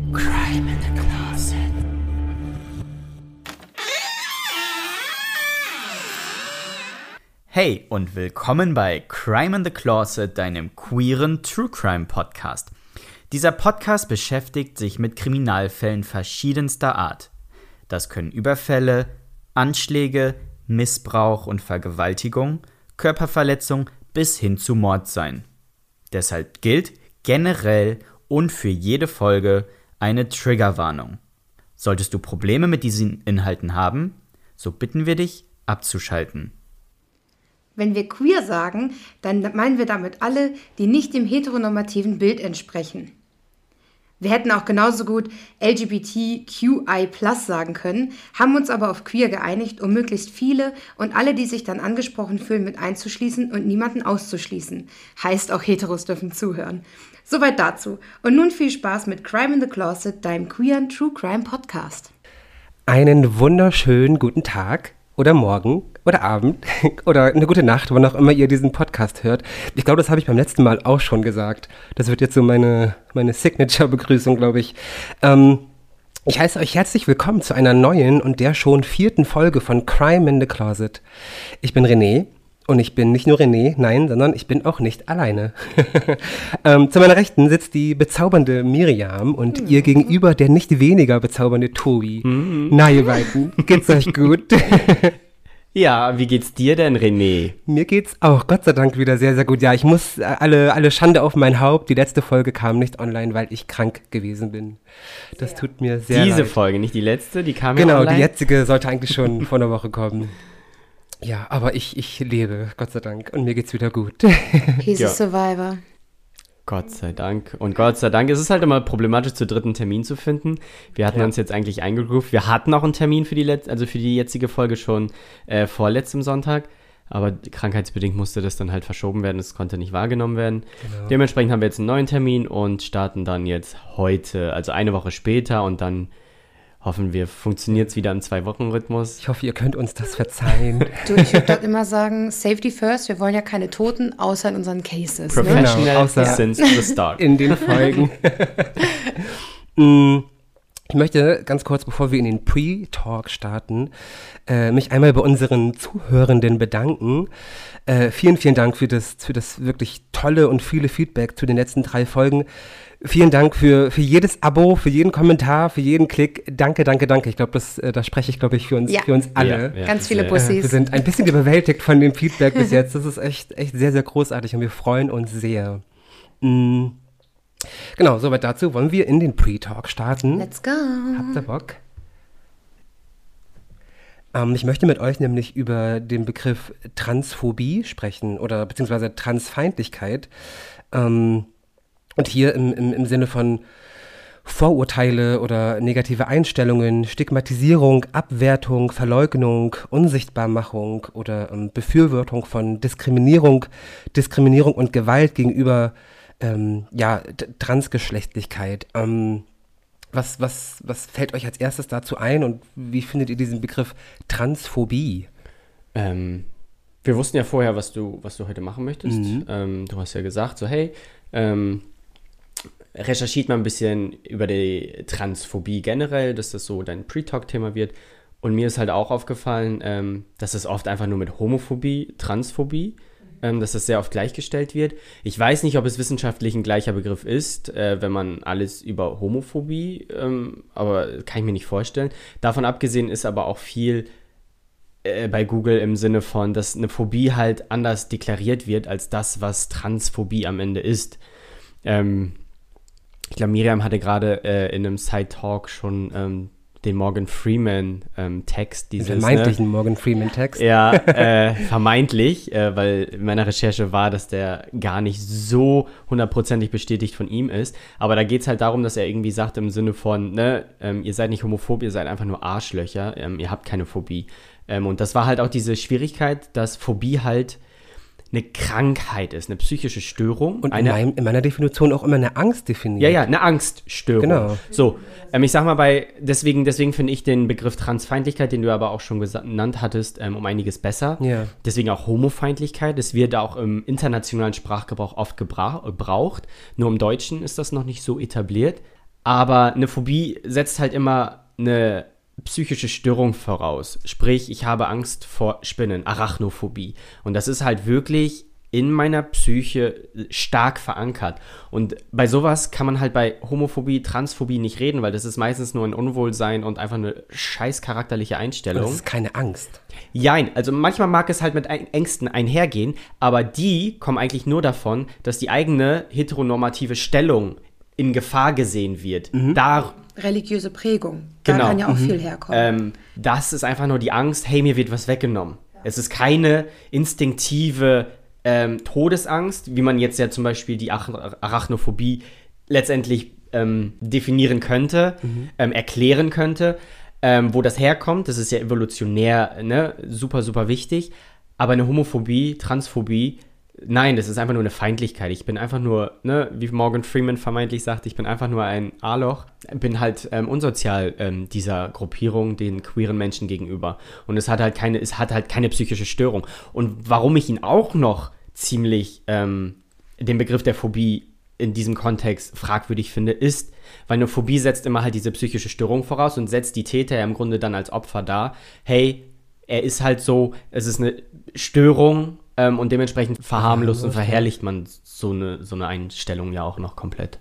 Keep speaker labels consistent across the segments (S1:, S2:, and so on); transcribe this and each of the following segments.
S1: Crime in the Closet. Hey und willkommen bei Crime in the Closet, deinem queeren True Crime Podcast. Dieser Podcast beschäftigt sich mit Kriminalfällen verschiedenster Art. Das können Überfälle, Anschläge, Missbrauch und Vergewaltigung, Körperverletzung bis hin zu Mord sein. Deshalb gilt generell und für jede Folge eine Triggerwarnung. Solltest du Probleme mit diesen Inhalten haben, so bitten wir dich, abzuschalten.
S2: Wenn wir queer sagen, dann meinen wir damit alle, die nicht dem heteronormativen Bild entsprechen. Wir hätten auch genauso gut LGBTQI+ sagen können, haben uns aber auf queer geeinigt, um möglichst viele und alle, die sich dann angesprochen fühlen, mit einzuschließen und niemanden auszuschließen. Heißt, auch Heteros dürfen zuhören. Soweit dazu. Und nun viel Spaß mit Crime in the Closet, deinem queeren True Crime Podcast.
S3: Einen wunderschönen guten Tag oder Morgen oder Abend oder eine gute Nacht, wann auch immer ihr diesen Podcast hört. Ich glaube, das habe ich beim letzten Mal auch schon gesagt. Das wird jetzt so meine Signature-Begrüßung, glaube ich. Ich heiße euch herzlich willkommen zu einer neuen und der schon 4. Folge von Crime in the Closet. Ich bin René. Und ich bin nicht nur René, nein, sondern ich bin auch nicht alleine. Zu meiner Rechten sitzt die bezaubernde Miriam und ihr gegenüber der nicht weniger bezaubernde Tobi. Na, ihr beiden, geht's euch gut?
S4: Ja, wie geht's dir denn, René?
S3: Mir geht's auch, Gott sei Dank, wieder sehr, sehr gut. Ja, ich muss alle Schande auf mein Haupt. Die letzte Folge kam nicht online, weil ich krank gewesen bin. Das tut mir sehr leid.
S4: Diese Folge, nicht die letzte, die kam ja online?
S3: Genau, die jetzige sollte eigentlich schon vor einer Woche kommen. Ja, aber ich lebe, Gott sei Dank, und mir geht's wieder gut.
S2: He's a survivor.
S4: Gott sei Dank. Und Gott sei Dank, es ist halt immer problematisch, zu dritten Termin zu finden. Wir hatten uns jetzt eigentlich eingegroovt. Wir hatten auch einen Termin für die jetzige Folge schon vorletztem Sonntag. Aber krankheitsbedingt musste das dann halt verschoben werden. Es konnte nicht wahrgenommen werden. Genau. Dementsprechend haben wir jetzt einen neuen Termin und starten dann jetzt heute, also eine Woche später, und dann hoffen wir, funktioniert es wieder im 2-Wochen-Rhythmus.
S3: Ich hoffe, ihr könnt uns das verzeihen.
S2: Du, ich würde dort immer sagen, Safety first, wir wollen ja keine Toten, außer in unseren Cases.
S4: Professional,
S3: ne? Außer
S4: since the start.
S3: In den Folgen. Ich möchte ganz kurz, bevor wir in den Pre-Talk starten, mich einmal bei unseren Zuhörenden bedanken. Vielen Dank für das wirklich tolle und viele Feedback zu den letzten 3 Folgen. Vielen Dank für jedes Abo, für jeden Kommentar, für jeden Klick. Danke. Ich glaube, da spreche ich, für uns alle.
S4: Ja,
S2: ganz viele Bussis.
S3: Wir sind ein bisschen überwältigt von dem Feedback bis jetzt. Das ist echt sehr, sehr großartig und wir freuen uns sehr. Genau, soweit dazu. Wollen wir in den Pre-Talk starten?
S2: Let's go.
S3: Habt ihr Bock? Ich möchte mit euch nämlich über den Begriff Transphobie sprechen oder beziehungsweise Transfeindlichkeit. Und hier im Sinne von Vorurteile oder negative Einstellungen, Stigmatisierung, Abwertung, Verleugnung, Unsichtbarmachung oder Befürwortung von Diskriminierung und Gewalt gegenüber Transgeschlechtlichkeit. Was fällt euch als erstes dazu ein und wie findet ihr diesen Begriff Transphobie?
S4: Wir wussten ja vorher, was du heute machen möchtest. Du hast ja gesagt, so hey, recherchiert mal ein bisschen über die Transphobie generell, dass das so dein Pre-Talk-Thema wird. Und mir ist halt auch aufgefallen, dass es oft einfach nur mit Homophobie, Transphobie, dass das sehr oft gleichgestellt wird. Ich weiß nicht, ob es wissenschaftlich ein gleicher Begriff ist, wenn man alles über Homophobie, aber kann ich mir nicht vorstellen. Davon abgesehen ist aber auch viel bei Google im Sinne von, dass eine Phobie halt anders deklariert wird als das, was Transphobie am Ende ist. Ich glaube, Miriam hatte gerade in einem Side-Talk schon den Morgan Freeman-Text.
S3: Den vermeintlichen Morgan Freeman-Text.
S4: Ja, vermeintlich, weil in meiner Recherche war, dass der gar nicht so 100%ig bestätigt von ihm ist. Aber da geht es halt darum, dass er irgendwie sagt im Sinne von, ihr seid nicht homophob, ihr seid einfach nur Arschlöcher, ihr habt keine Phobie. Und das war halt auch diese Schwierigkeit, dass Phobie halt eine Krankheit ist, eine psychische Störung.
S3: Und in meiner Definition auch immer eine Angst definiert.
S4: Ja, eine Angststörung.
S3: Genau.
S4: So, ich sag mal, deswegen finde ich den Begriff Transfeindlichkeit, den du aber auch schon genannt hattest, um einiges besser.
S3: Ja.
S4: Deswegen auch Homofeindlichkeit. Das wird auch im internationalen Sprachgebrauch oft gebraucht. Nur im Deutschen ist das noch nicht so etabliert. Aber eine Phobie setzt halt immer eine psychische Störung voraus. Sprich, ich habe Angst vor Spinnen, Arachnophobie. Und das ist halt wirklich in meiner Psyche stark verankert. Und bei sowas kann man halt bei Homophobie, Transphobie nicht reden, weil das ist meistens nur ein Unwohlsein und einfach eine scheiß charakterliche Einstellung.
S3: Das ist keine Angst.
S4: Jein, also manchmal mag es halt mit Ängsten einhergehen, aber die kommen eigentlich nur davon, dass die eigene heteronormative Stellung in Gefahr gesehen wird.
S2: Religiöse Prägung, da
S4: Genau.
S2: kann ja auch viel herkommen.
S4: Das ist einfach nur die Angst, hey, mir wird was weggenommen. Es ist keine instinktive Todesangst, wie man jetzt ja zum Beispiel die Arachnophobie letztendlich definieren könnte, erklären könnte, wo das herkommt. Das ist ja evolutionär, ne, super, super wichtig. Aber eine Homophobie, Transphobie, nein, das ist einfach nur eine Feindlichkeit. Ich bin einfach nur, ne, wie Morgan Freeman vermeintlich sagt, ich bin einfach nur ein A-Loch. Bin halt unsozial dieser Gruppierung, den queeren Menschen gegenüber. Und es hat halt keine psychische Störung. Und warum ich ihn auch noch ziemlich den Begriff der Phobie in diesem Kontext fragwürdig finde, ist, weil eine Phobie setzt immer halt diese psychische Störung voraus und setzt die Täter ja im Grunde dann als Opfer dar. Hey, er ist halt so, es ist eine Störung, und dementsprechend verharmlost und verherrlicht man so eine Einstellung ja auch noch komplett.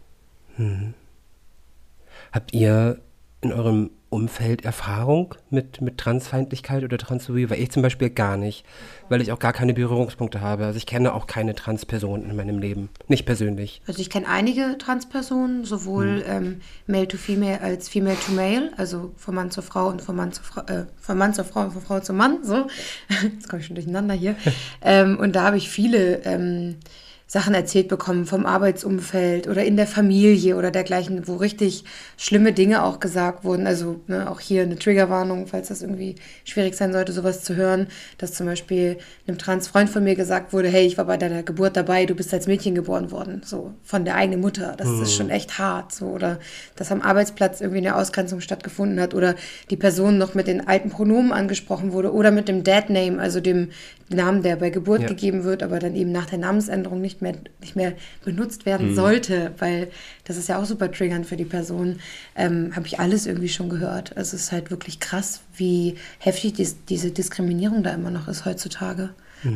S3: Habt ihr in eurem Umfeld Erfahrung mit Transfeindlichkeit oder Transphobie? Weil ich zum Beispiel gar nicht, weil ich auch gar keine Berührungspunkte habe. Also ich kenne auch keine Transperson in meinem Leben, nicht persönlich.
S2: Also ich kenne einige Transpersonen, sowohl Male to Female als Female to Male, also von Mann zur Frau und von Mann zur Frau und von Frau zu Mann, so. Jetzt komme ich schon durcheinander hier. Und da habe ich viele Sachen erzählt bekommen vom Arbeitsumfeld oder in der Familie oder dergleichen, wo richtig schlimme Dinge auch gesagt wurden. Also ne, auch hier eine Triggerwarnung, falls das irgendwie schwierig sein sollte, sowas zu hören, dass zum Beispiel einem Transfreund von mir gesagt wurde, hey, ich war bei deiner Geburt dabei, du bist als Mädchen geboren worden, so von der eigenen Mutter. Das ist schon echt hart. So. Oder dass am Arbeitsplatz irgendwie eine Ausgrenzung stattgefunden hat oder die Person noch mit den alten Pronomen angesprochen wurde oder mit dem Dad-Name, also dem Namen, der bei Geburt gegeben wird, aber dann eben nach der Namensänderung nicht mehr benutzt werden sollte, weil das ist ja auch super triggernd für die Person, habe ich alles irgendwie schon gehört. Also es ist halt wirklich krass, wie heftig diese Diskriminierung da immer noch ist heutzutage.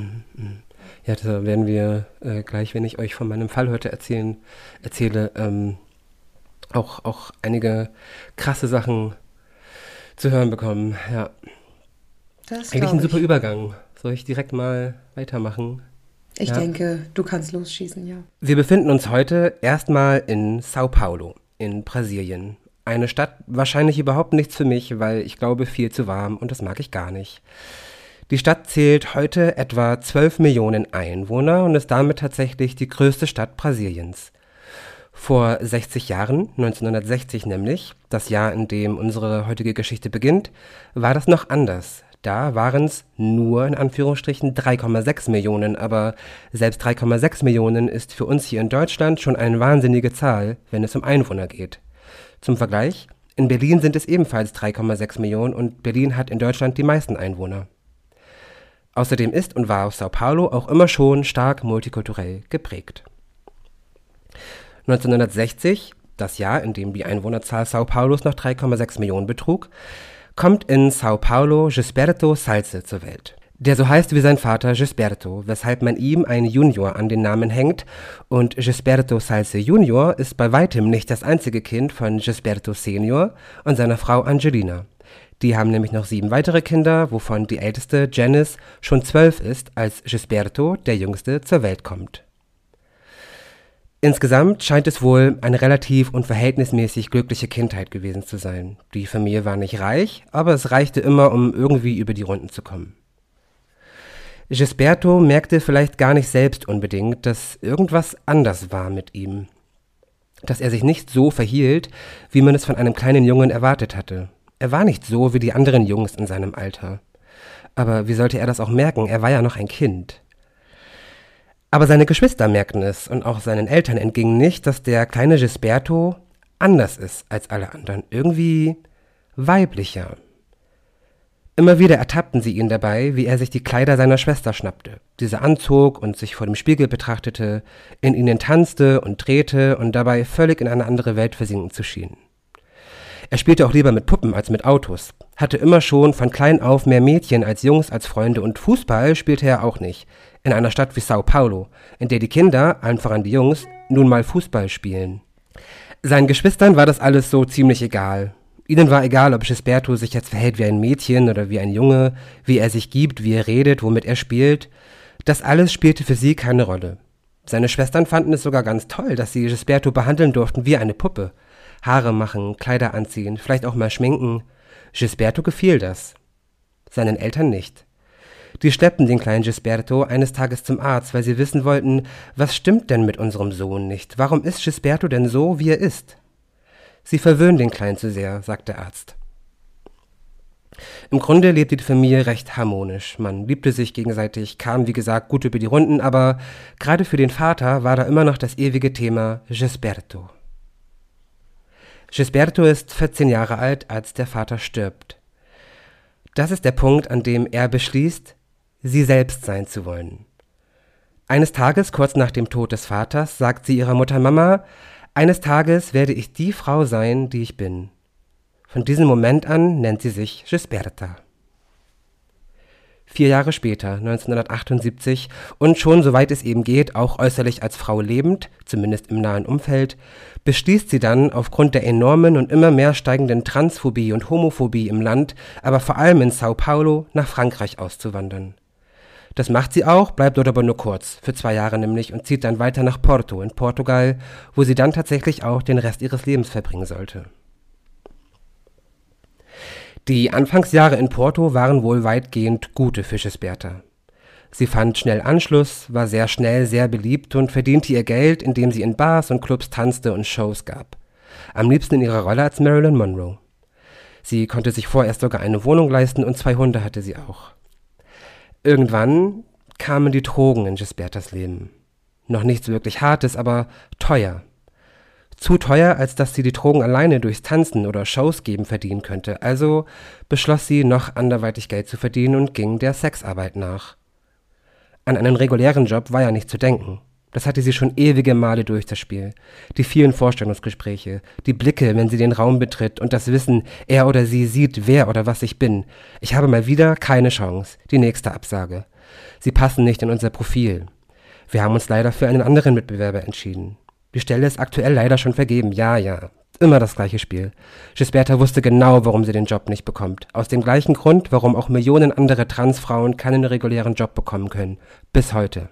S3: Ja, da werden wir gleich, wenn ich euch von meinem Fall heute erzähle, auch einige krasse Sachen zu hören bekommen. Ja.
S2: Das
S3: Eigentlich ein
S2: glaub
S3: super
S2: ich.
S3: Übergang. Soll ich direkt mal weitermachen?
S2: Ich denke, du kannst losschießen, ja.
S3: Wir befinden uns heute erstmal in Sao Paulo in Brasilien. Eine Stadt wahrscheinlich überhaupt nichts für mich, weil ich glaube viel zu warm und das mag ich gar nicht. Die Stadt zählt heute etwa 12 Millionen Einwohner und ist damit tatsächlich die größte Stadt Brasiliens. Vor 60 Jahren, 1960 nämlich, das Jahr, in dem unsere heutige Geschichte beginnt, war das noch anders. Da waren es nur in Anführungsstrichen 3,6 Millionen, aber selbst 3,6 Millionen ist für uns hier in Deutschland schon eine wahnsinnige Zahl, wenn es um Einwohner geht. Zum Vergleich, in Berlin sind es ebenfalls 3,6 Millionen und Berlin hat in Deutschland die meisten Einwohner. Außerdem ist und war Sao Paulo auch immer schon stark multikulturell geprägt. 1960, das Jahr, in dem die Einwohnerzahl Sao Paulos noch 3,6 Millionen betrug, kommt in Sao Paulo Gisberto Salce zur Welt. Der so heißt wie sein Vater Gisberto, weshalb man ihm einen Junior an den Namen hängt, und Gisberto Salce Junior ist bei weitem nicht das einzige Kind von Gisberto Senior und seiner Frau Angelina. Die haben nämlich noch 7 weitere Kinder, wovon die älteste, Janice, schon 12 ist, als Gisberto, der jüngste, zur Welt kommt. Insgesamt scheint es wohl eine relativ und verhältnismäßig glückliche Kindheit gewesen zu sein. Die Familie war nicht reich, aber es reichte immer, um irgendwie über die Runden zu kommen. Gisberto merkte vielleicht gar nicht selbst unbedingt, dass irgendwas anders war mit ihm. Dass er sich nicht so verhielt, wie man es von einem kleinen Jungen erwartet hatte. Er war nicht so wie die anderen Jungs in seinem Alter. Aber wie sollte er das auch merken? Er war ja noch ein Kind. Aber seine Geschwister merkten es und auch seinen Eltern entging nicht, dass der kleine Gisberto anders ist als alle anderen. Irgendwie weiblicher. Immer wieder ertappten sie ihn dabei, wie er sich die Kleider seiner Schwester schnappte, diese anzog und sich vor dem Spiegel betrachtete, in ihnen tanzte und drehte und dabei völlig in eine andere Welt versinken zu schien. Er spielte auch lieber mit Puppen als mit Autos, hatte immer schon von klein auf mehr Mädchen als Jungs als Freunde und Fußball spielte er auch nicht, in einer Stadt wie Sao Paulo, in der die Kinder, allen voran die Jungs, nun mal Fußball spielen. Seinen Geschwistern war das alles so ziemlich egal. Ihnen war egal, ob Gisberto sich jetzt verhält wie ein Mädchen oder wie ein Junge, wie er sich gibt, wie er redet, womit er spielt. Das alles spielte für sie keine Rolle. Seine Schwestern fanden es sogar ganz toll, dass sie Gisberto behandeln durften wie eine Puppe. Haare machen, Kleider anziehen, vielleicht auch mal schminken. Gisberto gefiel das. Seinen Eltern nicht. Die schleppten den kleinen Gisberto eines Tages zum Arzt, weil sie wissen wollten, was stimmt denn mit unserem Sohn nicht? Warum ist Gisberto denn so, wie er ist? Sie verwöhnen den Kleinen zu sehr, sagt der Arzt. Im Grunde lebte die Familie recht harmonisch. Man liebte sich gegenseitig, kam wie gesagt gut über die Runden, aber gerade für den Vater war da immer noch das ewige Thema Gisberto. Gisberto ist 14 Jahre alt, als der Vater stirbt. Das ist der Punkt, an dem er beschließt, sie selbst sein zu wollen. Eines Tages, kurz nach dem Tod des Vaters, sagt sie ihrer Mutter: Mama, eines Tages werde ich die Frau sein, die ich bin. Von diesem Moment an nennt sie sich Gisberta. 4 Jahre später, 1978, und schon soweit es eben geht, auch äußerlich als Frau lebend, zumindest im nahen Umfeld, beschließt sie dann, aufgrund der enormen und immer mehr steigenden Transphobie und Homophobie im Land, aber vor allem in Sao Paulo, nach Frankreich auszuwandern. Das macht sie auch, bleibt dort aber nur kurz, für 2 Jahre nämlich, und zieht dann weiter nach Porto in Portugal, wo sie dann tatsächlich auch den Rest ihres Lebens verbringen sollte. Die Anfangsjahre in Porto waren wohl weitgehend gute für Gisberta. Sie fand schnell Anschluss, war sehr schnell sehr beliebt und verdiente ihr Geld, indem sie in Bars und Clubs tanzte und Shows gab. Am liebsten in ihrer Rolle als Marilyn Monroe. Sie konnte sich vorerst sogar eine Wohnung leisten und 2 Hunde hatte sie auch. Irgendwann kamen die Drogen in Gisbertas Leben. Noch nichts wirklich Hartes, aber teuer. Zu teuer, als dass sie die Drogen alleine durchs Tanzen oder Shows geben verdienen könnte. Also beschloss sie, noch anderweitig Geld zu verdienen und ging der Sexarbeit nach. An einen regulären Job war ja nicht zu denken. Das hatte sie schon ewige Male durch, das Spiel. Die vielen Vorstellungsgespräche, die Blicke, wenn sie den Raum betritt und das Wissen, er oder sie sieht, wer oder was ich bin. Ich habe mal wieder keine Chance. Die nächste Absage. Sie passen nicht in unser Profil. Wir haben uns leider für einen anderen Mitbewerber entschieden. Die Stelle ist aktuell leider schon vergeben. Ja. Immer das gleiche Spiel. Gisberta wusste genau, warum sie den Job nicht bekommt. Aus dem gleichen Grund, warum auch Millionen andere Transfrauen keinen regulären Job bekommen können. Bis heute.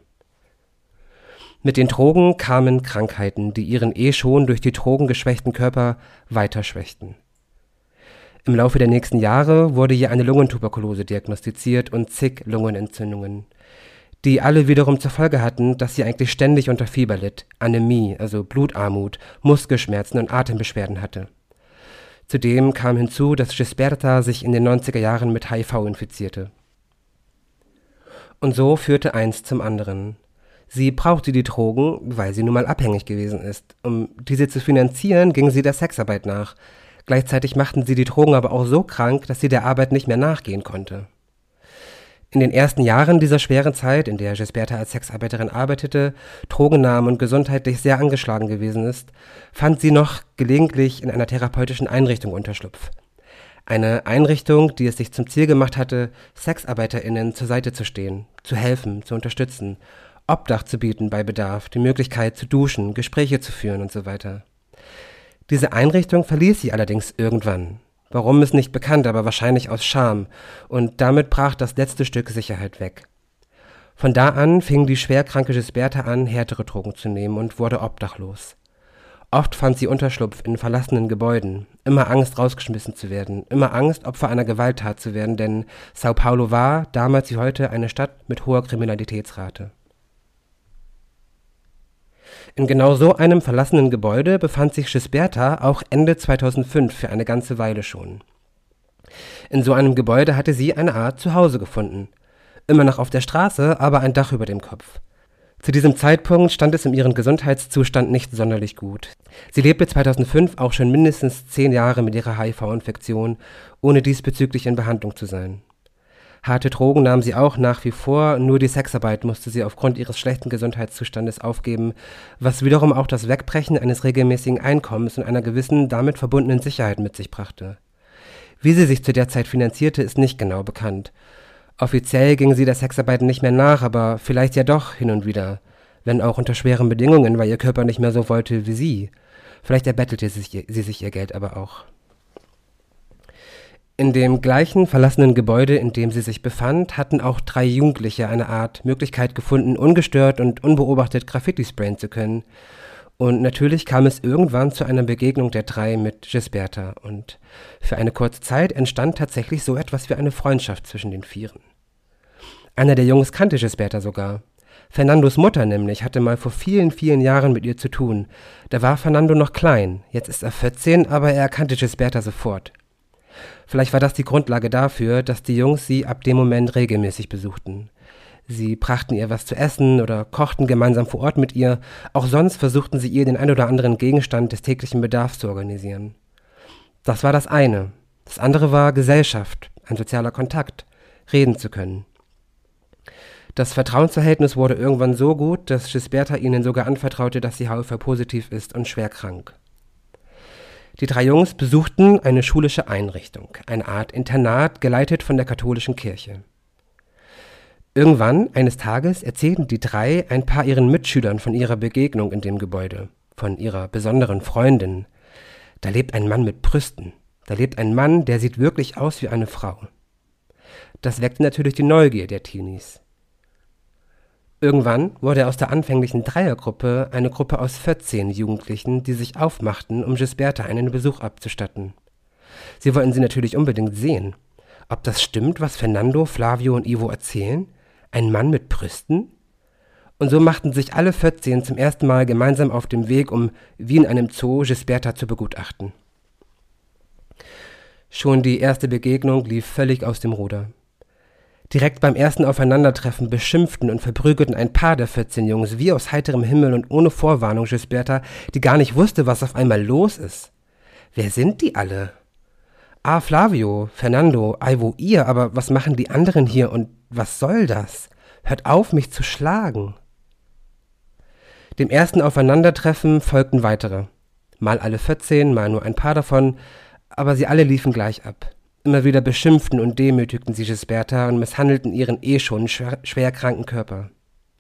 S3: Mit den Drogen kamen Krankheiten, die ihren schon durch die Drogen geschwächten Körper weiter schwächten. Im Laufe der nächsten Jahre wurde ihr eine Lungentuberkulose diagnostiziert und zig Lungenentzündungen, die alle wiederum zur Folge hatten, dass sie eigentlich ständig unter Fieber litt, Anämie, also Blutarmut, Muskelschmerzen und Atembeschwerden hatte. Zudem kam hinzu, dass Gisberta sich in den 90er Jahren mit HIV infizierte. Und so führte eins zum anderen. Sie brauchte die Drogen, weil sie nun mal abhängig gewesen ist. Um diese zu finanzieren, ging sie der Sexarbeit nach. Gleichzeitig machten sie die Drogen aber auch so krank, dass sie der Arbeit nicht mehr nachgehen konnte. In den ersten Jahren dieser schweren Zeit, in der Gisberta als Sexarbeiterin arbeitete, Drogen nahm und gesundheitlich sehr angeschlagen gewesen ist, fand sie noch gelegentlich in einer therapeutischen Einrichtung Unterschlupf. Eine Einrichtung, die es sich zum Ziel gemacht hatte, SexarbeiterInnen zur Seite zu stehen, zu helfen, zu unterstützen, Obdach zu bieten bei Bedarf, die Möglichkeit zu duschen, Gespräche zu führen und so weiter. Diese Einrichtung verließ sie allerdings irgendwann. Warum ist nicht bekannt, aber wahrscheinlich aus Scham. Und damit brach das letzte Stück Sicherheit weg. Von da an fing die schwerkranke Gisberta an, härtere Drogen zu nehmen und wurde obdachlos. Oft fand sie Unterschlupf in verlassenen Gebäuden, immer Angst, rausgeschmissen zu werden, immer Angst, Opfer einer Gewalttat zu werden, denn Sao Paulo war, damals wie heute, eine Stadt mit hoher Kriminalitätsrate. In genau so einem verlassenen Gebäude befand sich Gisberta auch Ende 2005 für eine ganze Weile schon. In so einem Gebäude hatte sie eine Art Zuhause gefunden. Immer noch auf der Straße, aber ein Dach über dem Kopf. Zu diesem Zeitpunkt stand es um ihren Gesundheitszustand nicht sonderlich gut. Sie lebte 2005 auch schon mindestens 10 Jahre mit ihrer HIV-Infektion, ohne diesbezüglich in Behandlung zu sein. Harte Drogen nahm sie auch nach wie vor, nur die Sexarbeit musste sie aufgrund ihres schlechten Gesundheitszustandes aufgeben, was wiederum auch das Wegbrechen eines regelmäßigen Einkommens und einer gewissen damit verbundenen Sicherheit mit sich brachte. Wie sie sich zu der Zeit finanzierte, ist nicht genau bekannt. Offiziell ging sie der Sexarbeit nicht mehr nach, aber vielleicht ja doch hin und wieder, wenn auch unter schweren Bedingungen, weil ihr Körper nicht mehr so wollte wie sie. Vielleicht erbettelte sie sich ihr Geld aber auch. In dem gleichen verlassenen Gebäude, in dem sie sich befand, hatten auch 3 Jugendliche eine Art Möglichkeit gefunden, ungestört und unbeobachtet Graffiti sprayen zu können. Und natürlich kam es irgendwann zu einer Begegnung der 3 mit Gisberta. Und für eine kurze Zeit entstand tatsächlich so etwas wie eine Freundschaft zwischen den Vieren. Einer der Jungs kannte Gisberta sogar. Fernandos Mutter nämlich hatte mal vor vielen, vielen Jahren mit ihr zu tun. Da war Fernando noch klein, jetzt ist er 14, aber er erkannte Gisberta sofort. Vielleicht war das die Grundlage dafür, dass die Jungs sie ab dem Moment regelmäßig besuchten. Sie brachten ihr was zu essen oder kochten gemeinsam vor Ort mit ihr, auch sonst versuchten sie ihr den ein oder anderen Gegenstand des täglichen Bedarfs zu organisieren. Das war das eine. Das andere war Gesellschaft, ein sozialer Kontakt, reden zu können. Das Vertrauensverhältnis wurde irgendwann so gut, dass Gisberta ihnen sogar anvertraute, dass sie HIV-positiv ist und schwer krank. Die 3 Jungs besuchten eine schulische Einrichtung, eine Art Internat, geleitet von der katholischen Kirche. Irgendwann, eines Tages, erzählten die 3 ein paar ihren Mitschülern von ihrer Begegnung in dem Gebäude, von ihrer besonderen Freundin. Da lebt ein Mann mit Brüsten. Da lebt ein Mann, der sieht wirklich aus wie eine Frau. Das weckte natürlich die Neugier der Teenies. Irgendwann wurde aus der anfänglichen Dreiergruppe eine Gruppe aus 14 Jugendlichen, die sich aufmachten, um Gisberta einen Besuch abzustatten. Sie wollten sie natürlich unbedingt sehen. Ob das stimmt, was Fernando, Flavio und Ivo erzählen? Ein Mann mit Brüsten? Und so machten sich alle 14 zum ersten Mal gemeinsam auf dem Weg, um wie in einem Zoo Gisberta zu begutachten. Schon die erste Begegnung lief völlig aus dem Ruder. Direkt beim ersten Aufeinandertreffen beschimpften und verprügelten ein paar der 14 Jungs wie aus heiterem Himmel und ohne Vorwarnung Gisberta, die gar nicht wusste, was auf einmal los ist. Wer sind die alle? Ah, Flavio, Fernando, Ivo, ihr, aber was machen die anderen hier und was soll das? Hört auf, mich zu schlagen. Dem ersten Aufeinandertreffen folgten weitere. Mal alle 14, mal nur ein paar davon, aber sie alle liefen gleich ab. Immer wieder beschimpften und demütigten sie Gisberta und misshandelten ihren schon schwer kranken Körper.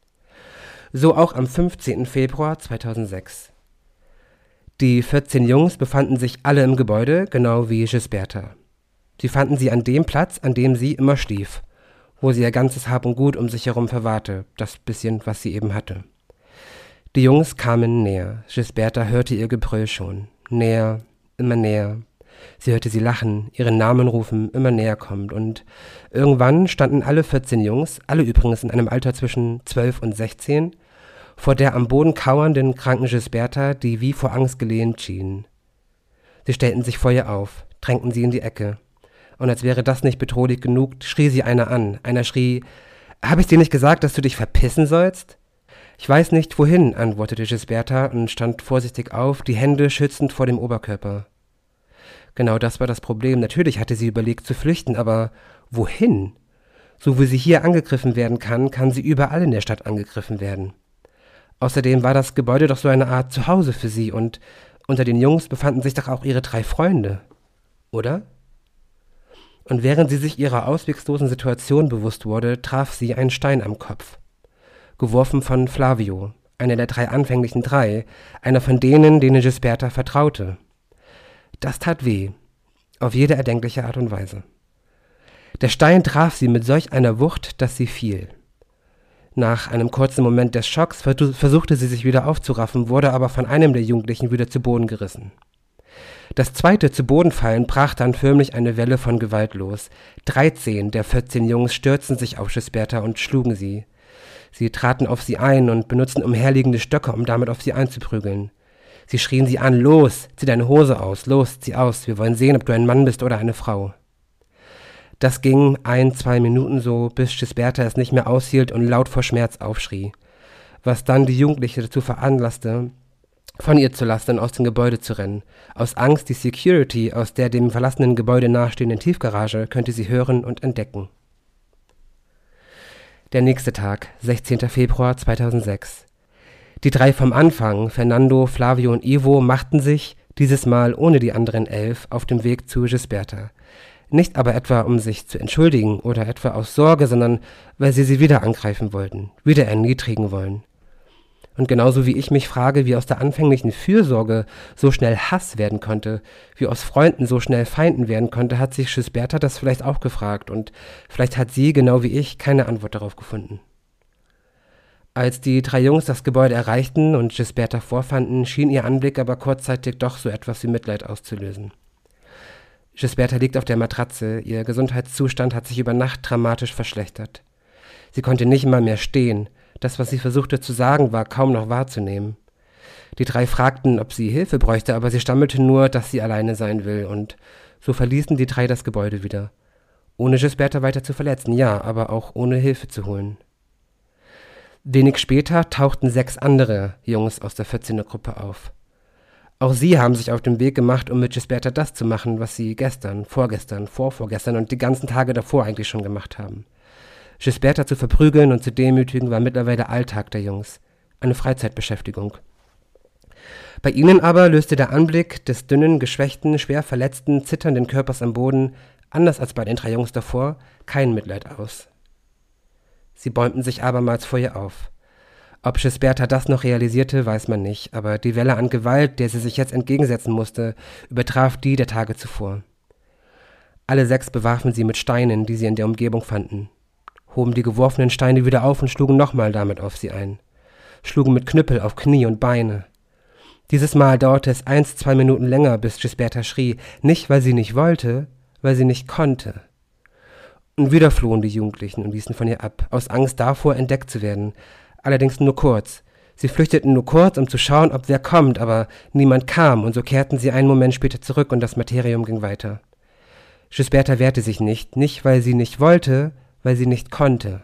S3: So auch am 15. Februar 2006. Die 14 Jungs befanden sich alle im Gebäude, genau wie Gisberta. Sie fanden sie an dem Platz, an dem sie immer schlief, wo sie ihr ganzes Hab und Gut um sich herum verwahrte, das bisschen, was sie eben hatte. Die Jungs kamen näher. Gisberta hörte ihr Gebrüll schon. Näher, immer näher. Sie hörte sie lachen, ihren Namen rufen, immer näher kommt. Und irgendwann standen alle 14 Jungs, alle übrigens in einem Alter zwischen 12 und 16, vor der am Boden kauernden, kranken Gisberta, die wie vor Angst gelähmt schien. Sie stellten sich vor ihr auf, drängten sie in die Ecke. Und als wäre das nicht bedrohlich genug, schrie sie einer an. Einer schrie, »Hab ich dir nicht gesagt, dass du dich verpissen sollst?« »Ich weiß nicht, wohin«, antwortete Gisberta und stand vorsichtig auf, die Hände schützend vor dem Oberkörper. Genau das war das Problem. Natürlich hatte sie überlegt zu flüchten, aber wohin? So wie sie hier angegriffen werden kann, kann sie überall in der Stadt angegriffen werden. Außerdem war das Gebäude doch so eine Art Zuhause für sie und unter den Jungs befanden sich doch auch ihre 3 Freunde. Oder? Und während sie sich ihrer ausweglosen Situation bewusst wurde, traf sie einen Stein am Kopf. Geworfen von Flavio, einer der 3 anfänglichen 3, einer von denen Gisberta vertraute. Das tat weh, auf jede erdenkliche Art und Weise. Der Stein traf sie mit solch einer Wucht, dass sie fiel. Nach einem kurzen Moment des Schocks versuchte sie sich wieder aufzuraffen, wurde aber von einem der Jugendlichen wieder zu Boden gerissen. Das zweite zu Boden fallen brach dann förmlich eine Welle von Gewalt los. 13 der 14 Jungs stürzten sich auf Gisberta und schlugen sie. Sie traten auf sie ein und benutzten umherliegende Stöcke, um damit auf sie einzuprügeln. Sie schrien sie an, los, zieh deine Hose aus, los, zieh aus, wir wollen sehen, ob du ein Mann bist oder eine Frau. Das ging 1-2 Minuten so, bis Gisberta es nicht mehr aushielt und laut vor Schmerz aufschrie, was dann die Jugendliche dazu veranlasste, von ihr zu lassen und aus dem Gebäude zu rennen. Aus Angst, die Security aus der dem verlassenen Gebäude nahestehenden Tiefgarage könnte sie hören und entdecken. Der nächste Tag, 16. Februar 2006. Die 3 vom Anfang, Fernando, Flavio und Ivo, machten sich, dieses Mal ohne die anderen 11, auf dem Weg zu Gisberta. Nicht aber etwa, um sich zu entschuldigen oder etwa aus Sorge, sondern weil sie wieder angreifen wollten, wieder erniedrigen wollen. Und genauso wie ich mich frage, wie aus der anfänglichen Fürsorge so schnell Hass werden konnte, wie aus Freunden so schnell Feinden werden konnte, hat sich Gisberta das vielleicht auch gefragt und vielleicht hat sie, genau wie ich, keine Antwort darauf gefunden. Als die 3 Jungs das Gebäude erreichten und Gisberta vorfanden, schien ihr Anblick aber kurzzeitig doch so etwas wie Mitleid auszulösen. Gisberta liegt auf der Matratze, ihr Gesundheitszustand hat sich über Nacht dramatisch verschlechtert. Sie konnte nicht mal mehr stehen. Das, was sie versuchte zu sagen, war kaum noch wahrzunehmen. Die 3 fragten, ob sie Hilfe bräuchte, aber sie stammelte nur, dass sie alleine sein will, und so verließen die 3 das Gebäude wieder. Ohne Gisberta weiter zu verletzen, ja, aber auch ohne Hilfe zu holen. Wenig später tauchten 6 andere Jungs aus der 14er Gruppe auf. Auch sie haben sich auf den Weg gemacht, um mit Gisberta das zu machen, was sie gestern, vorgestern, vorvorgestern und die ganzen Tage davor eigentlich schon gemacht haben. Gisberta zu verprügeln und zu demütigen war mittlerweile Alltag der Jungs, eine Freizeitbeschäftigung. Bei ihnen aber löste der Anblick des dünnen, geschwächten, schwer verletzten, zitternden Körpers am Boden, anders als bei den 3 Jungs davor, kein Mitleid aus. Sie bäumten sich abermals vor ihr auf. Ob Gisberta das noch realisierte, weiß man nicht, aber die Welle an Gewalt, der sie sich jetzt entgegensetzen musste, übertraf die der Tage zuvor. Alle 6 bewarfen sie mit Steinen, die sie in der Umgebung fanden, hoben die geworfenen Steine wieder auf und schlugen nochmal damit auf sie ein, schlugen mit Knüppel auf Knie und Beine. Dieses Mal dauerte es 1-2 Minuten länger, bis Gisberta schrie, nicht weil sie nicht wollte, weil sie nicht konnte. Und wieder flohen die Jugendlichen und ließen von ihr ab, aus Angst davor, entdeckt zu werden, allerdings nur kurz. Sie flüchteten nur kurz, um zu schauen, ob wer kommt, aber niemand kam, und so kehrten sie einen Moment später zurück und das Materium ging weiter. Gisberta wehrte sich nicht weil sie nicht wollte, weil sie nicht konnte.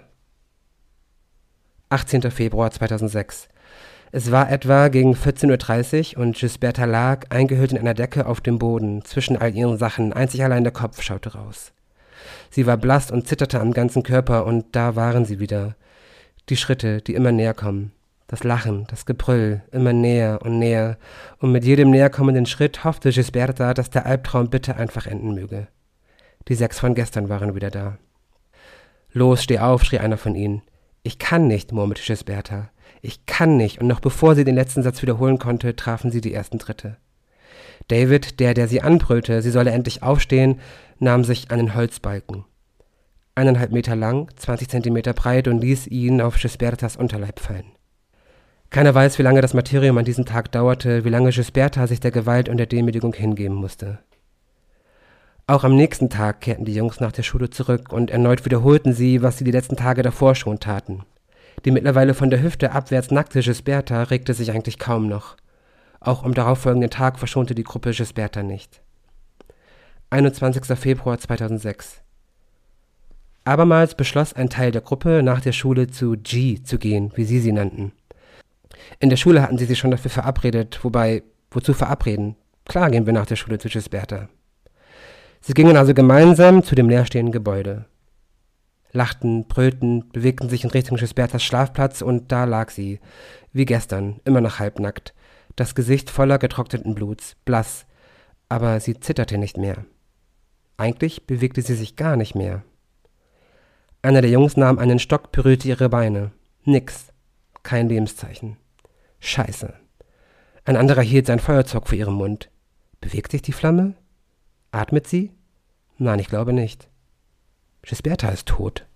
S3: 18. Februar 2006. Es war etwa gegen 14:30 Uhr und Gisberta lag, eingehüllt in einer Decke, auf dem Boden, zwischen all ihren Sachen, einzig allein der Kopf schaute raus. Sie war blass und zitterte am ganzen Körper, und da waren sie wieder. Die Schritte, die immer näher kommen. Das Lachen, das Gebrüll, immer näher, und mit jedem näher kommenden Schritt hoffte Gisberta, dass der Albtraum bitte einfach enden möge. Die 6 von gestern waren wieder da. »Los, steh auf«, schrie einer von ihnen. »Ich kann nicht«, murmelte Gisberta. »Ich kann nicht«, und noch bevor sie den letzten Satz wiederholen konnte, trafen sie die ersten Tritte. David, der sie anbrüllte, sie solle endlich aufstehen, nahm sich einen Holzbalken. 1,5 Meter lang, 20 Zentimeter breit, und ließ ihn auf Gisbertas Unterleib fallen. Keiner weiß, wie lange das Martyrium an diesem Tag dauerte, wie lange Gisberta sich der Gewalt und der Demütigung hingeben musste. Auch am nächsten Tag kehrten die Jungs nach der Schule zurück und erneut wiederholten sie, was sie die letzten Tage davor schon taten. Die mittlerweile von der Hüfte abwärts nackte Gisberta regte sich eigentlich kaum noch. Auch am darauffolgenden Tag verschonte die Gruppe Gisberta nicht. 21. Februar 2006. Abermals beschloss ein Teil der Gruppe, nach der Schule zu G zu gehen, wie sie nannten. In der Schule hatten sie sich schon dafür verabredet, wobei, wozu verabreden? Klar gehen wir nach der Schule zu Gisberta. Sie gingen also gemeinsam zu dem leerstehenden Gebäude. Lachten, brüllten, bewegten sich in Richtung Gisbertas Schlafplatz, und da lag sie, wie gestern, immer noch halbnackt, das Gesicht voller getrockneten Bluts, blass, aber sie zitterte nicht mehr. Eigentlich bewegte sie sich gar nicht mehr. Einer der Jungs nahm einen Stock, berührte ihre Beine. Nix. Kein Lebenszeichen. Scheiße. Ein anderer hielt sein Feuerzeug vor ihrem Mund. Bewegt sich die Flamme? Atmet sie? Nein, ich glaube nicht. Gisberta ist tot.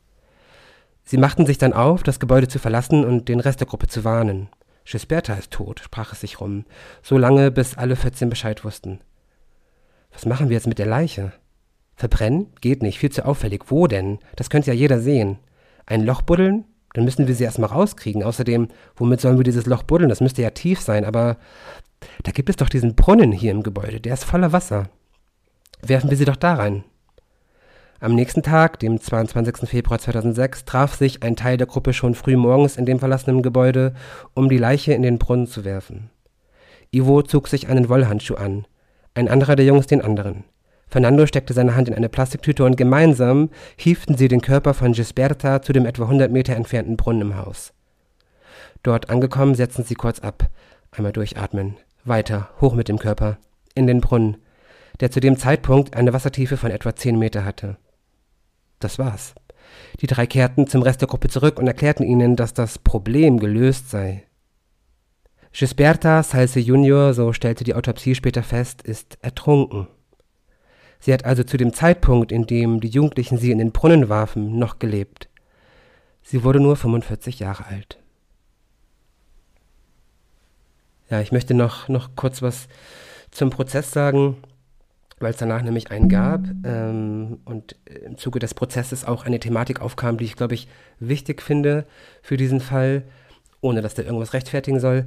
S3: Sie machten sich dann auf, das Gebäude zu verlassen und den Rest der Gruppe zu warnen. Gisberta ist tot, sprach es sich rum, so lange, bis alle 14 Bescheid wussten. Was machen wir jetzt mit der Leiche? Verbrennen? Geht nicht, viel zu auffällig. Wo denn? Das könnte ja jeder sehen. Ein Loch buddeln? Dann müssen wir sie erstmal rauskriegen. Außerdem, womit sollen wir dieses Loch buddeln? Das müsste ja tief sein, aber da gibt es doch diesen Brunnen hier im Gebäude, der ist voller Wasser. Werfen wir sie doch da rein. Am nächsten Tag, dem 22. Februar 2006, traf sich ein Teil der Gruppe schon früh morgens in dem verlassenen Gebäude, um die Leiche in den Brunnen zu werfen. Ivo zog sich einen Wollhandschuh an, ein anderer der Jungs den anderen. Fernando steckte seine Hand in eine Plastiktüte und gemeinsam hieften sie den Körper von Gisberta zu dem etwa 100 Meter entfernten Brunnen im Haus. Dort angekommen, setzten sie kurz ab. Einmal durchatmen. Weiter, hoch mit dem Körper. In den Brunnen, der zu dem Zeitpunkt eine Wassertiefe von etwa 10 Meter hatte. Das war's. Die 3 kehrten zum Rest der Gruppe zurück und erklärten ihnen, dass das Problem gelöst sei. Gisberta Salce Junior, so stellte die Autopsie später fest, ist ertrunken. Sie hat also zu dem Zeitpunkt, in dem die Jugendlichen sie in den Brunnen warfen, noch gelebt. Sie wurde nur 45 Jahre alt. Ja, ich möchte noch kurz was zum Prozess sagen, weil es danach nämlich einen gab und im Zuge des Prozesses auch eine Thematik aufkam, die ich, glaube ich, wichtig finde für diesen Fall, ohne dass der irgendwas rechtfertigen soll.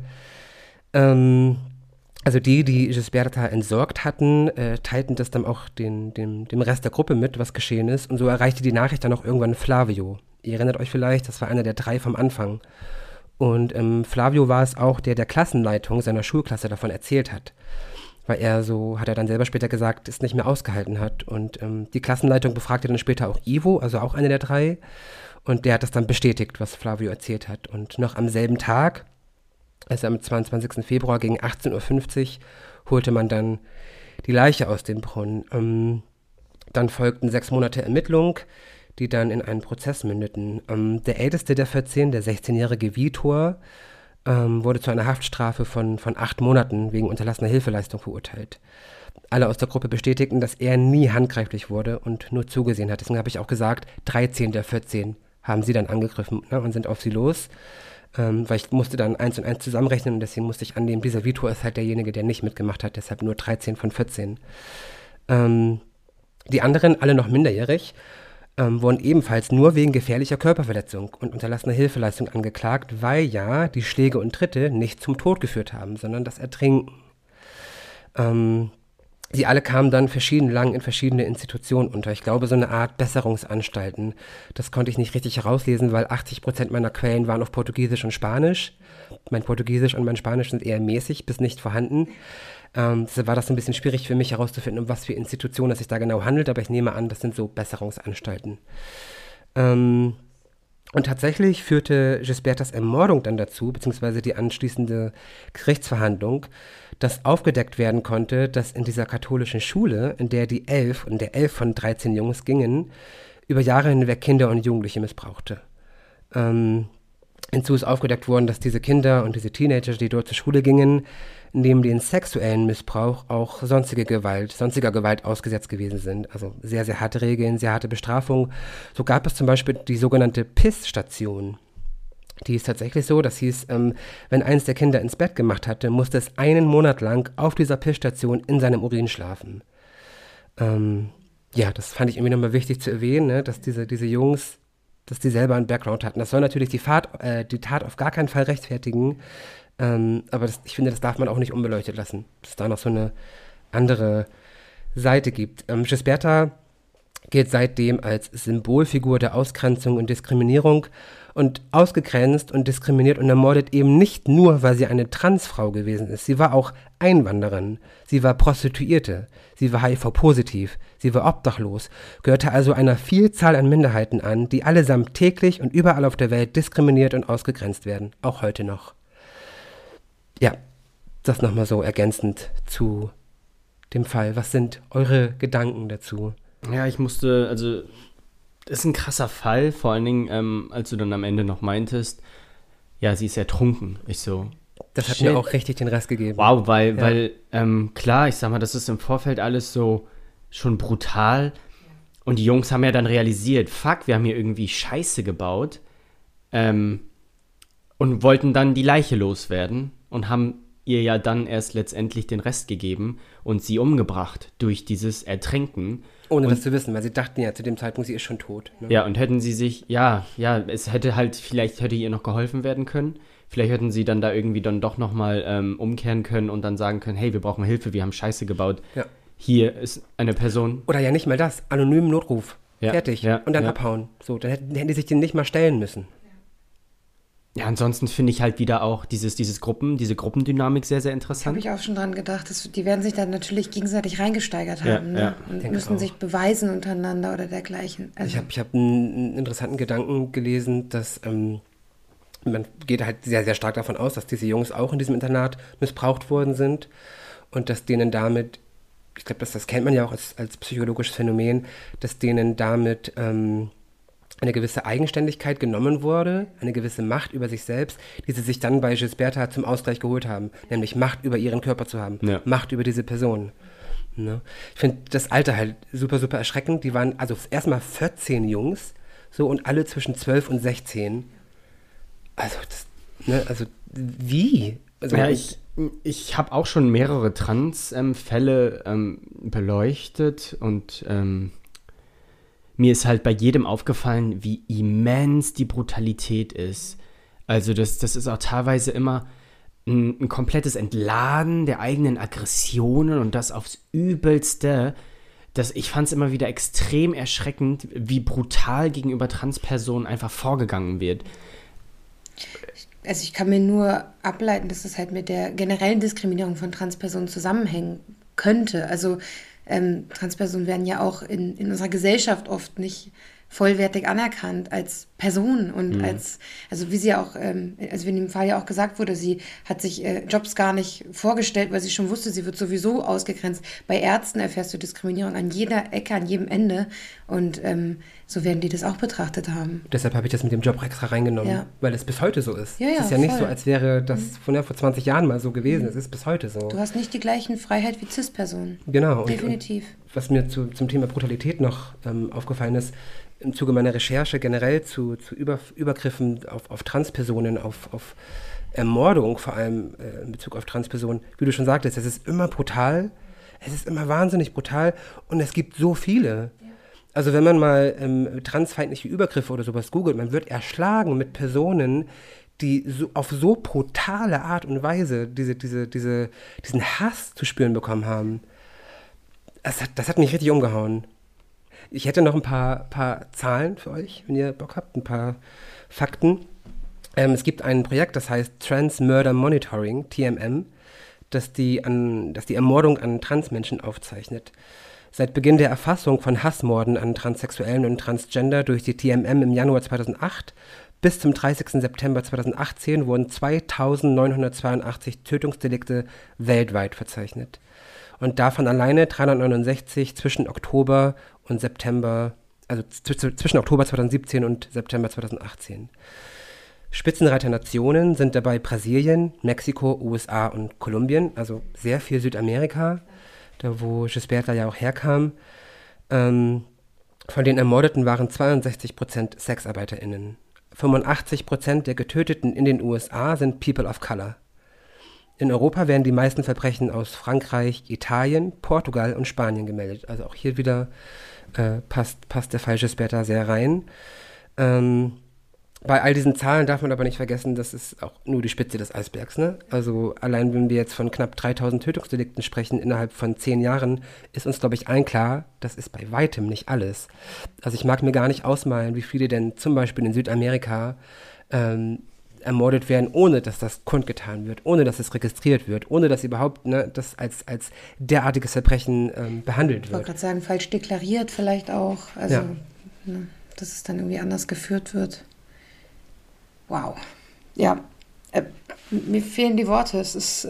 S3: Also die Gisberta entsorgt hatten, teilten das dann auch dem Rest der Gruppe mit, was geschehen ist. Und so erreichte die Nachricht dann auch irgendwann Flavio. Ihr erinnert euch vielleicht, das war einer der 3 vom Anfang. Und Flavio war es auch, der Klassenleitung seiner Schulklasse davon erzählt hat. Weil er, so hat er dann selber später gesagt, es nicht mehr ausgehalten hat. Und die Klassenleitung befragte dann später auch Ivo, also auch einer der 3. Und der hat das dann bestätigt, was Flavio erzählt hat. Und noch am selben Tag, also am 22. Februar gegen 18:50 Uhr, holte man dann die Leiche aus dem Brunnen. Dann folgten 6 Monate Ermittlung, die dann in einen Prozess mündeten. Der älteste der 14, der 16-jährige Vitor, wurde zu einer Haftstrafe von 8 Monaten wegen unterlassener Hilfeleistung verurteilt. Alle aus der Gruppe bestätigten, dass er nie handgreiflich wurde und nur zugesehen hat. Deswegen habe ich auch gesagt, 13 der 14 haben sie dann angegriffen, ne, und sind auf sie los. Weil ich musste dann 1 und 1 zusammenrechnen und deswegen musste ich annehmen, dieser Vitor ist halt derjenige, der nicht mitgemacht hat, deshalb nur 13 von 14. Die anderen, alle noch minderjährig, wurden ebenfalls nur wegen gefährlicher Körperverletzung und unterlassener Hilfeleistung angeklagt, weil ja die Schläge und Tritte nicht zum Tod geführt haben, sondern das Ertrinken. Sie alle kamen dann lang in verschiedene Institutionen unter. Ich glaube, so eine Art Besserungsanstalten. Das konnte ich nicht richtig herauslesen, weil 80% meiner Quellen waren auf Portugiesisch und Spanisch. Mein Portugiesisch und mein Spanisch sind eher mäßig bis nicht vorhanden. Deshalb war das ein bisschen schwierig für mich herauszufinden, um was für Institutionen es sich da genau handelt, aber ich nehme an, das sind so Besserungsanstalten. Und tatsächlich führte Gisbertas Ermordung dann dazu, beziehungsweise die anschließende Gerichtsverhandlung, dass aufgedeckt werden konnte, dass in dieser katholischen Schule, in der 11 von 13 Jungs gingen, über Jahre hinweg Kinder und Jugendliche missbrauchte. Hinzu ist aufgedeckt worden, dass diese Kinder und diese Teenager, die dort zur Schule gingen, neben dem sexuellen Missbrauch auch sonstiger Gewalt ausgesetzt gewesen sind. Also sehr, sehr harte Regeln, sehr harte Bestrafung. So gab es zum Beispiel die sogenannte PIS-Station. Die ist tatsächlich so, das hieß, wenn eins der Kinder ins Bett gemacht hatte, musste es 1 Monat lang auf dieser PIS-Station in seinem Urin schlafen. Ja, das fand ich irgendwie nochmal wichtig zu erwähnen, ne, dass diese Jungs, dass die selber einen Background hatten. Das soll natürlich die Tat auf gar keinen Fall rechtfertigen, aber ich finde, das darf man auch nicht unbeleuchtet lassen, dass es da noch so eine andere Seite gibt. Gisberta gilt seitdem als Symbolfigur der Ausgrenzung und Diskriminierung und ausgegrenzt und diskriminiert und ermordet eben nicht nur, weil sie eine Transfrau gewesen ist. Sie war auch Einwanderin, sie war Prostituierte, sie war HIV-positiv, sie war obdachlos, gehörte also einer Vielzahl an Minderheiten an, die allesamt täglich und überall auf der Welt diskriminiert und ausgegrenzt werden, auch heute noch. Ja, das nochmal so ergänzend zu dem Fall. Was sind eure Gedanken dazu?
S4: Ja, das ist ein krasser Fall, vor allen Dingen, als du dann am Ende noch meintest, ja, sie ist ertrunken.
S3: Das hat mir auch richtig den Rest gegeben.
S4: Wow, weil klar, ich sag mal, das ist im Vorfeld alles so schon brutal und die Jungs haben ja dann realisiert, fuck, wir haben hier irgendwie Scheiße gebaut und wollten dann die Leiche loswerden und haben ihr ja dann erst letztendlich den Rest gegeben und sie umgebracht durch dieses Ertränken.
S3: Ohne das zu wissen, weil sie dachten ja zu dem Zeitpunkt, sie ist schon tot. Ne?
S4: Ja, und hätten sie sich, vielleicht hätte ihr noch geholfen werden können. Vielleicht hätten sie dann da irgendwie dann doch nochmal umkehren können und dann sagen können, hey, wir brauchen Hilfe, wir haben Scheiße gebaut. Ja. Hier ist eine Person.
S3: Oder ja nicht mal das, anonymen Notruf.
S4: Ja.
S3: Fertig.
S4: Ja.
S3: Und dann abhauen. So, dann hätten die sich den nicht mal stellen müssen.
S4: Ja, ansonsten finde ich halt wieder auch diese Gruppendynamik sehr, sehr
S2: Habe
S4: interessant.
S2: ich auch schon dran gedacht. Die werden sich dann natürlich gegenseitig reingesteigert
S4: Ja,
S2: haben, ne?
S4: ja.
S2: Und
S3: Denke
S2: müssen
S3: auch.
S2: sich beweisen untereinander oder dergleichen. Also,
S3: Ich hab einen interessanten Gedanken gelesen, dass man geht halt sehr, sehr stark davon aus, dass diese Jungs auch in diesem Internat missbraucht worden sind und dass denen damit, ich glaube, das kennt man ja auch als psychologisches Phänomen, dass denen damit eine gewisse Eigenständigkeit genommen wurde, eine gewisse Macht über sich selbst, die sie sich dann bei Gisberta zum Ausgleich geholt haben, nämlich Macht über ihren Körper zu haben,
S4: Ja.
S3: Macht über diese Person. Ne? Ich finde das Alter halt super, super erschreckend. Die waren also erstmal 14 Jungs, so, und alle zwischen 12 und 16. Also wie? Also,
S4: Ja, ich habe auch schon mehrere Trans-Fälle beleuchtet und mir ist halt bei jedem aufgefallen, wie immens die Brutalität ist. Also das ist auch teilweise immer ein komplettes Entladen der eigenen Aggressionen und das aufs Übelste. Ich fand es immer wieder extrem erschreckend, wie brutal gegenüber Transpersonen einfach vorgegangen wird.
S2: also ich kann mir nur ableiten, dass das halt mit der generellen Diskriminierung von Transpersonen zusammenhängen könnte. Also Transpersonen werden ja auch in unserer Gesellschaft oft nicht vollwertig anerkannt als Person und also wie sie ja auch, also wie in dem Fall ja auch gesagt wurde, sie hat sich Jobs gar nicht vorgestellt, weil sie schon wusste, sie wird sowieso ausgegrenzt. Bei Ärzten erfährst du Diskriminierung an jeder Ecke, an jedem Ende und so werden die das auch betrachtet haben.
S3: deshalb habe ich das mit dem Job extra reingenommen,
S2: Ja.
S3: weil es bis heute so ist.
S2: Ja, ja,
S3: es ist ja nicht
S2: voll.
S3: so, als wäre das vor 20 Jahren mal so gewesen. Es ist bis heute so.
S2: Du hast nicht die gleichen Freiheit wie Cis-Personen.
S3: Genau.
S2: Definitiv.
S3: Was mir zum Thema Brutalität noch aufgefallen ist, im Zuge meiner Recherche generell zu Übergriffen auf Transpersonen, auf Ermordung vor allem in Bezug auf Transpersonen, wie du schon sagtest, es ist immer brutal, es ist immer wahnsinnig brutal und es gibt so viele. Also wenn man mal transfeindliche Übergriffe oder sowas googelt, man wird erschlagen mit Personen, die auf so brutale Art und Weise diesen Hass zu spüren bekommen haben. Das hat mich richtig umgehauen. Ich hätte noch ein paar Zahlen für euch, wenn ihr Bock habt, ein paar Fakten. Es gibt ein Projekt, das heißt Trans Murder Monitoring, TMM, das die Ermordung an Transmenschen aufzeichnet. Seit Beginn der Erfassung von Hassmorden an Transsexuellen und Transgender durch die TMM im Januar 2008 bis zum 30. September 2018 wurden 2982 Tötungsdelikte weltweit verzeichnet. Und davon alleine 369 zwischen Oktober und September, also zwischen Oktober 2017 und September 2018. Spitzenreiter Nationen sind dabei Brasilien, Mexiko, USA und Kolumbien, also sehr viel Südamerika, da wo Gisberta ja auch herkam. Von den Ermordeten waren 62% SexarbeiterInnen. 85% der Getöteten in den USA sind People of Color. In Europa werden die meisten Verbrechen aus Frankreich, Italien, Portugal und Spanien gemeldet. Also auch hier wieder passt der Fall Gisberta sehr rein. Bei all diesen Zahlen darf man aber nicht vergessen, das ist auch nur die Spitze des Eisbergs. Ne? Also allein wenn wir jetzt von knapp 3000 Tötungsdelikten sprechen innerhalb von 10 Jahren, ist uns, glaube ich, allen klar, das ist bei weitem nicht alles. Also ich mag mir gar nicht ausmalen, wie viele denn zum Beispiel in Südamerika ermordet werden, ohne dass das kundgetan wird, ohne dass es registriert wird, ohne dass überhaupt das als derartiges Verbrechen behandelt
S2: Ich wollte
S3: wird.
S2: gerade sagen, falsch deklariert vielleicht auch. Also,
S3: Ja.
S2: dass es dann irgendwie anders geführt wird. Wow. Ja, mir fehlen die Worte. Es ist,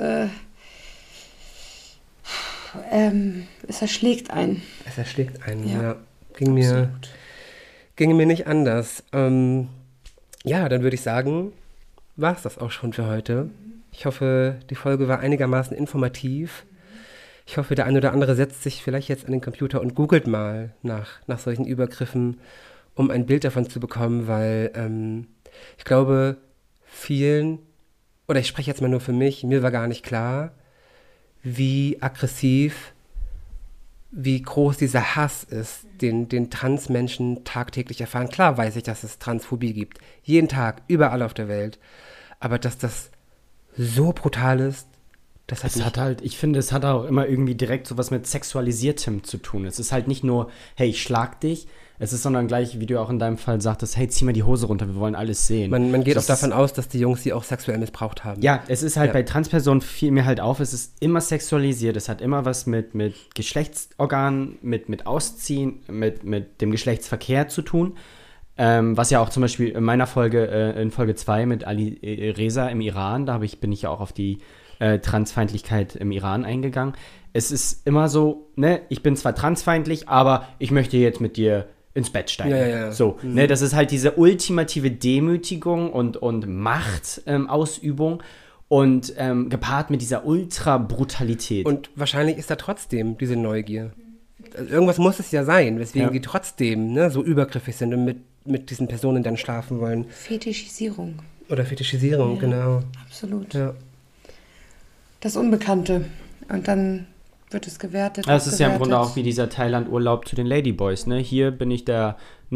S2: es erschlägt einen.
S3: Es erschlägt einen,
S2: Ja.
S3: ja. Ging mir nicht anders. Ja, dann würde ich sagen, war es das auch schon für heute. Ich hoffe, die Folge war einigermaßen informativ. Ich hoffe, der eine oder andere setzt sich vielleicht jetzt an den Computer und googelt mal nach solchen Übergriffen, um ein Bild davon zu bekommen, weil ich glaube, vielen, oder ich spreche jetzt mal nur für mich, mir war gar nicht klar, wie aggressiv, wie groß dieser Hass ist, den Transmenschen tagtäglich erfahren. Klar weiß ich, dass es Transphobie gibt. Jeden Tag, überall auf der Welt. Aber dass das so brutal ist,
S4: Ich finde, es hat auch immer irgendwie direkt sowas mit Sexualisiertem zu tun. Es ist halt nicht nur, hey, ich schlag dich, es ist, sondern gleich, wie du auch in deinem Fall sagtest, hey, zieh mal die Hose runter, wir wollen alles sehen.
S3: Man geht auch davon aus, dass die Jungs sie auch sexuell missbraucht haben.
S4: Ja, es ist halt bei Transpersonen, fiel mir halt auf, es ist immer sexualisiert, es hat immer was mit Geschlechtsorganen, mit Ausziehen, mit dem Geschlechtsverkehr zu tun. Was ja auch zum Beispiel in meiner Folge, in Folge 2 mit Ali Reza im Iran, bin ich ja auch auf die Transfeindlichkeit im Iran eingegangen. Es ist immer so, ne, ich bin zwar transfeindlich, aber ich möchte jetzt mit dir ins Bett steigen.
S3: Ja.
S4: So, ne, das ist halt diese ultimative Demütigung und Machtausübung und gepaart mit dieser Ultra-Brutalität.
S3: Und wahrscheinlich ist da trotzdem diese Neugier. Also irgendwas muss es ja sein, weswegen die trotzdem so übergriffig sind und mit diesen Personen dann schlafen wollen.
S2: Fetischisierung.
S3: Oder Fetischisierung, genau.
S2: Absolut.
S3: Ja.
S2: Das Unbekannte. Und dann wird es gewertet.
S4: Das ist ja im Grunde auch wie dieser Thailand-Urlaub zu den Ladyboys, ne? Hier bin ich der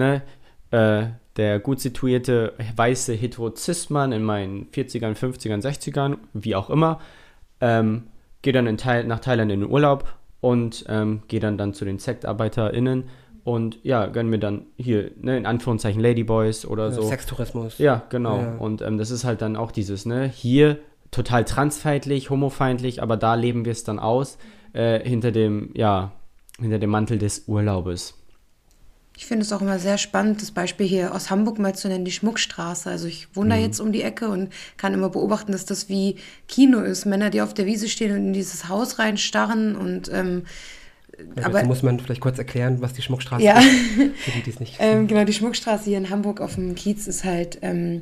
S4: gut situierte weiße Hetero-Cis-Mann in meinen 40ern, 50ern, 60ern, wie auch immer, gehe dann nach Thailand in den Urlaub und gehe dann zu den SektarbeiterInnen und ja, gönnen mir dann hier, ne, in Anführungszeichen Ladyboys oder so.
S3: Sextourismus.
S4: Ja, genau.
S3: Ja.
S4: Und das ist halt dann auch dieses, ne, hier total transfeindlich, homofeindlich, aber da leben wir es dann aus, hinter dem Mantel des Urlaubes.
S2: Ich finde es auch immer sehr spannend, das Beispiel hier aus Hamburg mal zu nennen, die Schmuckstraße. Also ich wohne da jetzt um die Ecke und kann immer beobachten, dass das wie Kino ist. Männer, die auf der Wiese stehen und in dieses Haus reinstarren und
S3: aber dazu muss man vielleicht kurz erklären, was die Schmuckstraße
S2: ja.
S3: ist, für die es nicht wissen.
S2: Genau, die Schmuckstraße hier in Hamburg auf dem Kiez ist halt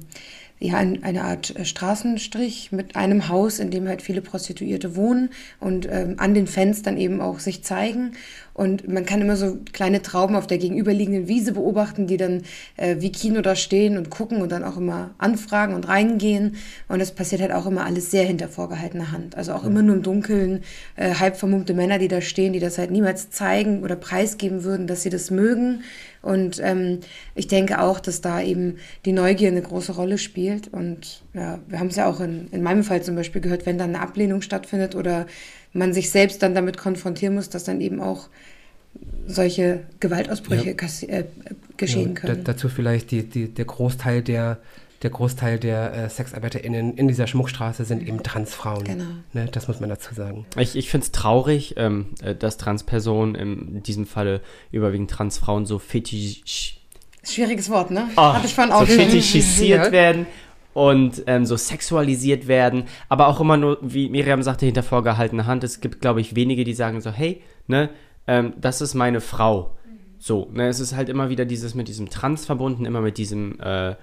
S2: eine Art Straßenstrich mit einem Haus, in dem halt viele Prostituierte wohnen und an den Fenstern eben auch sich zeigen. Und man kann immer so kleine Trauben auf der gegenüberliegenden Wiese beobachten, die dann wie Kino da stehen und gucken und dann auch immer anfragen und reingehen. Und das passiert halt auch immer alles sehr hinter vorgehaltener Hand. Also auch immer nur im Dunkeln, halb vermummte Männer, die da stehen, die das halt niemals zeigen oder preisgeben würden, dass sie das mögen. Und ich denke auch, dass da eben die Neugier eine große Rolle spielt. Und ja, wir haben es ja auch in meinem Fall zum Beispiel gehört, wenn dann eine Ablehnung stattfindet oder man sich selbst dann damit konfrontieren muss, dass dann eben auch solche Gewaltausbrüche geschehen können.
S3: Dazu vielleicht der Großteil der SexarbeiterInnen in dieser Schmuckstraße sind eben Transfrauen.
S2: Genau.
S3: Ne, das muss man dazu sagen.
S4: Ich finde es traurig, dass Transpersonen, in diesem Falle überwiegend Transfrauen, so
S2: Schwieriges Wort, ne? Hatte ich vorhin auch
S4: so fetischisiert werden und so sexualisiert werden, aber auch immer nur, wie Miriam sagte, hinter vorgehaltener Hand. Es gibt, glaube ich, wenige, die sagen so, hey, ne, das ist meine Frau. So, ne, es ist halt immer wieder mit diesem Trans verbunden, immer mit diesem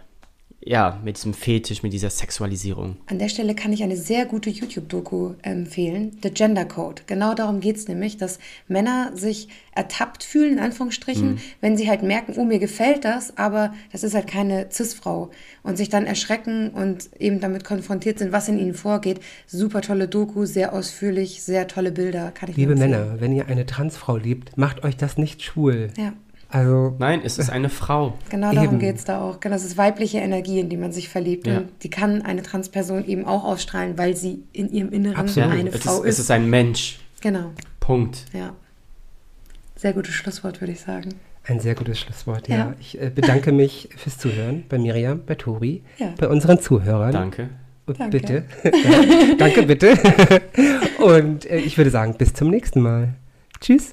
S4: mit diesem Fetisch, mit dieser Sexualisierung.
S2: An der Stelle kann ich eine sehr gute YouTube-Doku empfehlen, The Gender Code. Genau darum geht es nämlich, dass Männer sich ertappt fühlen, in Anführungsstrichen, wenn sie halt merken, oh, mir gefällt das, aber das ist halt keine Cis-Frau. Und sich dann erschrecken und eben damit konfrontiert sind, was in ihnen vorgeht. Super tolle Doku, sehr ausführlich, sehr tolle Bilder, kann ich
S3: Liebe
S2: nur empfehlen.
S3: Männer, wenn ihr eine Transfrau liebt, macht euch das nicht schwul.
S2: Ja.
S3: Also,
S4: nein, es ist eine Frau.
S2: Genau darum geht es da auch. Genau, das ist weibliche Energie, in die man sich verliebt.
S4: Ja.
S2: Und die kann eine Transperson eben auch ausstrahlen, weil sie in ihrem Inneren
S3: Absolut.
S2: eine Frau ist.
S4: Es ist ein Mensch.
S2: Genau,
S4: Punkt.
S2: ja. Sehr gutes Schlusswort, würde ich sagen.
S3: ein sehr gutes Schlusswort, ja.
S2: Ja.
S3: Ich bedanke mich fürs Zuhören bei Miriam, bei Tori,
S2: Ja.
S3: bei unseren Zuhörern.
S4: Danke.
S2: Danke.
S3: Bitte. Danke, bitte. Und ich würde sagen, bis zum nächsten Mal. Tschüss.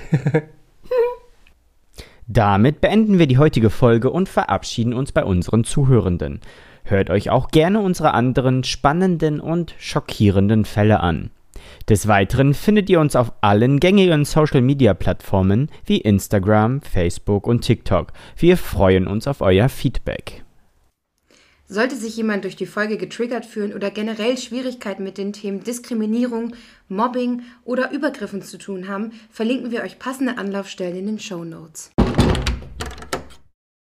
S1: Damit beenden wir die heutige Folge und verabschieden uns bei unseren Zuhörenden. Hört euch auch gerne unsere anderen spannenden und schockierenden Fälle an. Des Weiteren findet ihr uns auf allen gängigen Social-Media-Plattformen wie Instagram, Facebook und TikTok. Wir freuen uns auf euer Feedback.
S2: Sollte sich jemand durch die Folge getriggert fühlen oder generell Schwierigkeiten mit den Themen Diskriminierung, Mobbing oder Übergriffen zu tun haben, verlinken wir euch passende Anlaufstellen in den Shownotes.